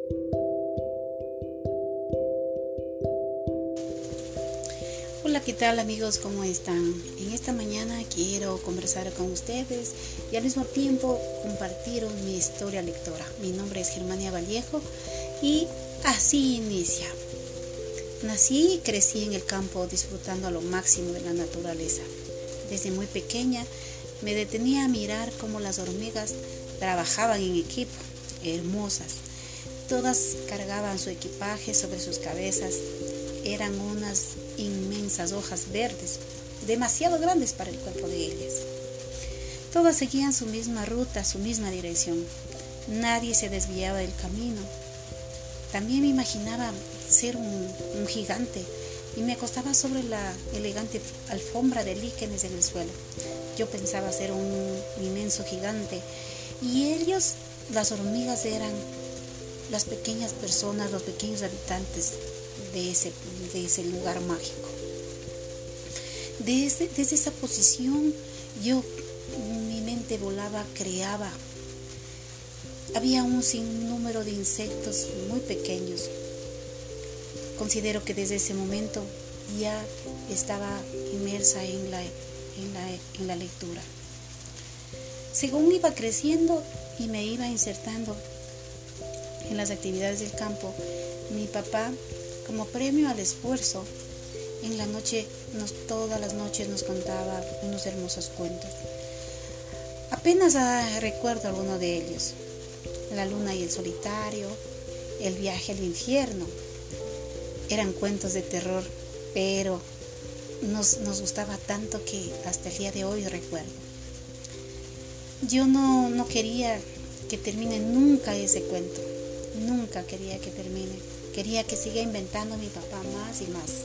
Hola, ¿qué tal amigos? ¿Cómo están? En esta mañana quiero conversar con ustedes y al mismo tiempo compartir mi historia lectora. Mi nombre es Germania Vallejo y así inicia. Nací y crecí en el campo disfrutando a lo máximo de la naturaleza. Desde muy pequeña me detenía a mirar cómo las hormigas trabajaban en equipo, hermosas. Todas cargaban su equipaje sobre sus cabezas. Eran unas inmensas hojas verdes, demasiado grandes para el cuerpo de ellas. Todas seguían su misma ruta, su misma dirección. Nadie se desviaba del camino. También me imaginaba ser un gigante y me acostaba sobre la elegante alfombra de líquenes en el suelo. Yo pensaba ser un inmenso gigante y ellos, las hormigas, eran las pequeñas personas, los pequeños habitantes de ese lugar mágico. Desde esa posición mi mente volaba, creaba. Había un sinnúmero de insectos muy pequeños. Considero que desde ese momento ya estaba inmersa en la lectura. Según iba creciendo y me iba insertando en las actividades del campo, mi papá, como premio al esfuerzo, en la noche, todas las noches nos contaba unos hermosos cuentos. Apenas recuerdo alguno de ellos: La luna y el solitario, El viaje al infierno. Eran cuentos de terror, pero nos gustaba tanto que hasta el día de hoy recuerdo. Yo no quería que termine nunca ese cuento. Nunca quería que termine. Quería que siga inventando mi papá más y más.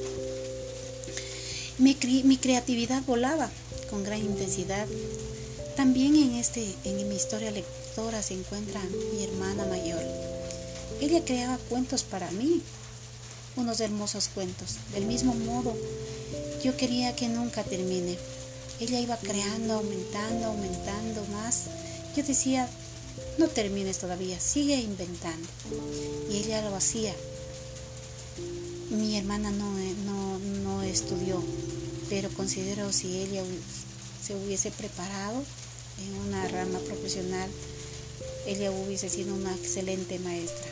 Mi creatividad volaba con gran intensidad. También en mi historia lectora se encuentra mi hermana mayor. Ella creaba cuentos para mí, unos hermosos cuentos. Del mismo modo, yo quería que nunca termine. Ella iba creando, aumentando más. Yo decía: no termines todavía, sigue inventando. Y ella lo hacía. Mi hermana no estudió, pero considero si ella se hubiese preparado en una rama profesional, ella hubiese sido una excelente maestra.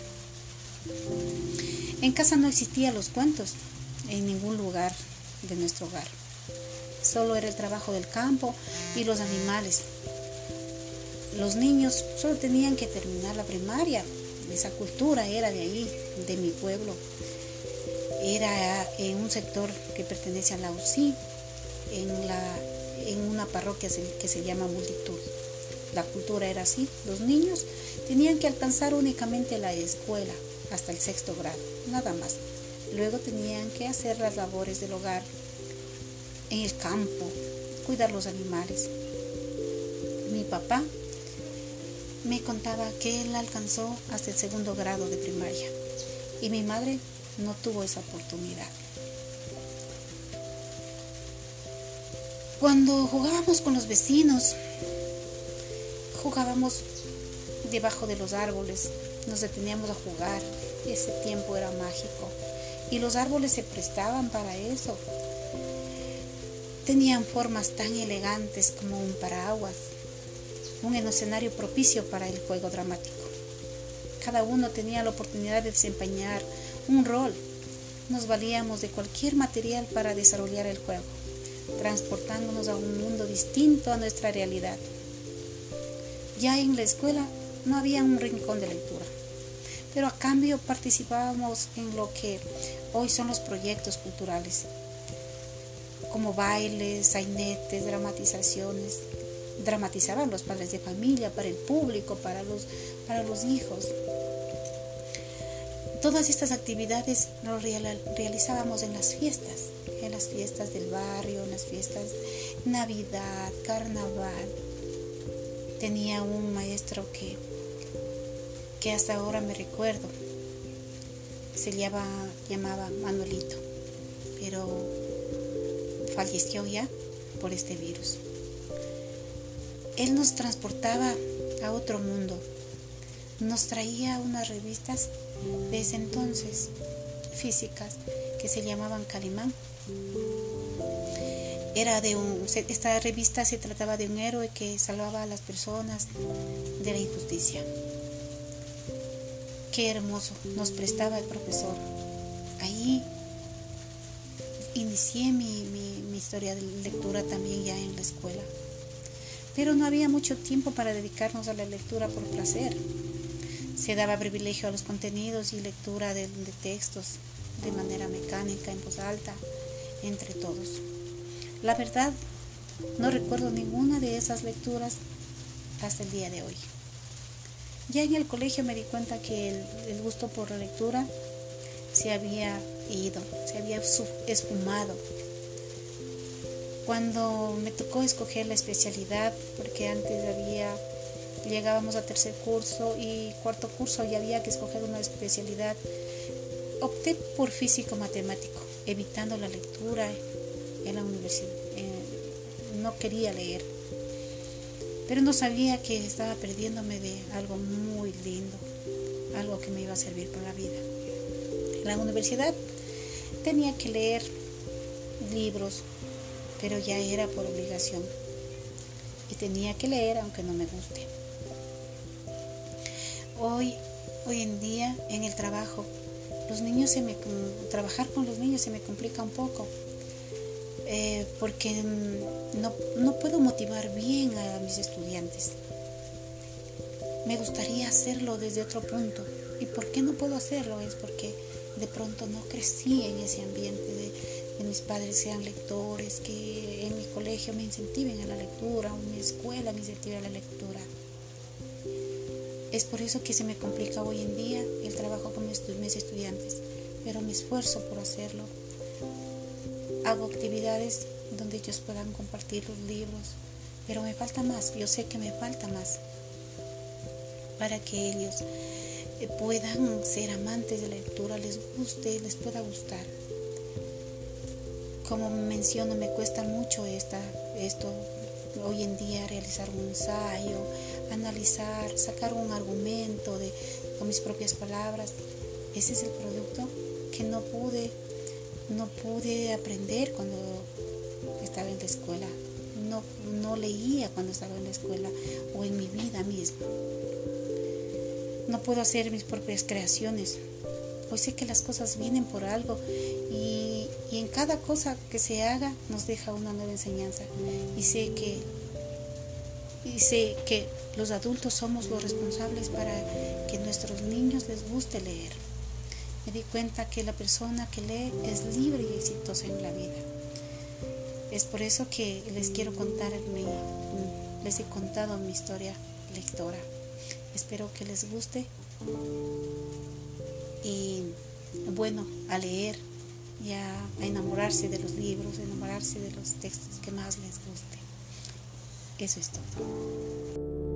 En casa no existían los cuentos, en ningún lugar de nuestro hogar. Solo era el trabajo del campo y los animales. Los niños solo tenían que terminar la primaria. Esa cultura era de ahí, de mi pueblo. Era en un sector que pertenece a la UCI, en una parroquia que se llama Multitud. La cultura era así: los niños tenían que alcanzar únicamente la escuela hasta el 6º grado, nada más. Luego tenían que hacer las labores del hogar, en el campo, cuidar los animales. Mi papá me contaba que él alcanzó hasta el 2º grado de primaria y mi madre no tuvo esa oportunidad. Cuando jugábamos con los vecinos, jugábamos debajo de los árboles, nos deteníamos a jugar. Ese tiempo era mágico y los árboles se prestaban para eso. Tenían formas tan elegantes como un paraguas, un escenario propicio para el juego dramático. Cada uno tenía la oportunidad de desempeñar un rol. Nos valíamos de cualquier material para desarrollar el juego, transportándonos a un mundo distinto a nuestra realidad. Ya en la escuela no había un rincón de lectura, pero a cambio participábamos en lo que hoy son los proyectos culturales, como bailes, sainetes, dramatizaciones. Dramatizaban los padres de familia, para el público, para los hijos. Todas estas actividades las realizábamos en las fiestas del barrio, en las fiestas Navidad, Carnaval. Tenía un maestro que hasta ahora me recuerdo. Se llamaba Manuelito, pero falleció ya por este virus. Él nos transportaba a otro mundo. nos traía unas revistas de ese entonces, físicas, que se llamaban Calimán. Esta revista se trataba de un héroe que salvaba a las personas de la injusticia. Qué hermoso nos prestaba el profesor. Ahí inicié mi historia de lectura también ya en la escuela. Pero no había mucho tiempo para dedicarnos a la lectura por placer. Se daba privilegio a los contenidos y lectura de textos de manera mecánica, en voz alta, entre todos. La verdad, no recuerdo ninguna de esas lecturas hasta el día de hoy. Ya en el colegio me di cuenta que el gusto por la lectura se había ido, se había esfumado. Cuando me tocó escoger la especialidad, porque antes llegábamos a tercer curso y cuarto curso y había que escoger una especialidad, opté por físico-matemático, evitando la lectura en la universidad. No quería leer, pero no sabía que estaba perdiéndome de algo muy lindo, algo que me iba a servir para la vida. En la universidad tenía que leer libros, pero ya era por obligación y tenía que leer aunque no me guste. Hoy en día en el trabajo, trabajar con los niños se me complica un poco, porque no puedo motivar bien a mis estudiantes. Me gustaría hacerlo desde otro punto. ¿Y por qué no puedo hacerlo? Es porque de pronto no crecí en ese ambiente de mis padres sean lectores, que en mi colegio me incentiven a la lectura, o en mi escuela me incentiven a la lectura. Es por eso que se me complica hoy en día el trabajo con mis estudiantes, pero me esfuerzo por hacerlo. Hago actividades donde ellos puedan compartir los libros, pero me falta más, yo sé que me falta más para que ellos puedan ser amantes de la lectura, les guste, les pueda gustar. Como menciono, me cuesta mucho esto hoy en día, realizar un ensayo, analizar, sacar un argumento con mis propias palabras. Ese es el producto que no pude aprender cuando estaba en la escuela. No leía cuando estaba en la escuela o en mi vida misma. No puedo hacer mis propias creaciones. Hoy sé que las cosas vienen por algo y en cada cosa que se haga nos deja una nueva enseñanza. Y sé que los adultos somos los responsables para que a nuestros niños les guste leer. Me di cuenta que la persona que lee es libre y exitosa en la vida. Es por eso que les he contado mi historia lectora. Espero que les guste y bueno, a leer y a enamorarse de los libros, enamorarse de los textos que más les guste. Eso es todo.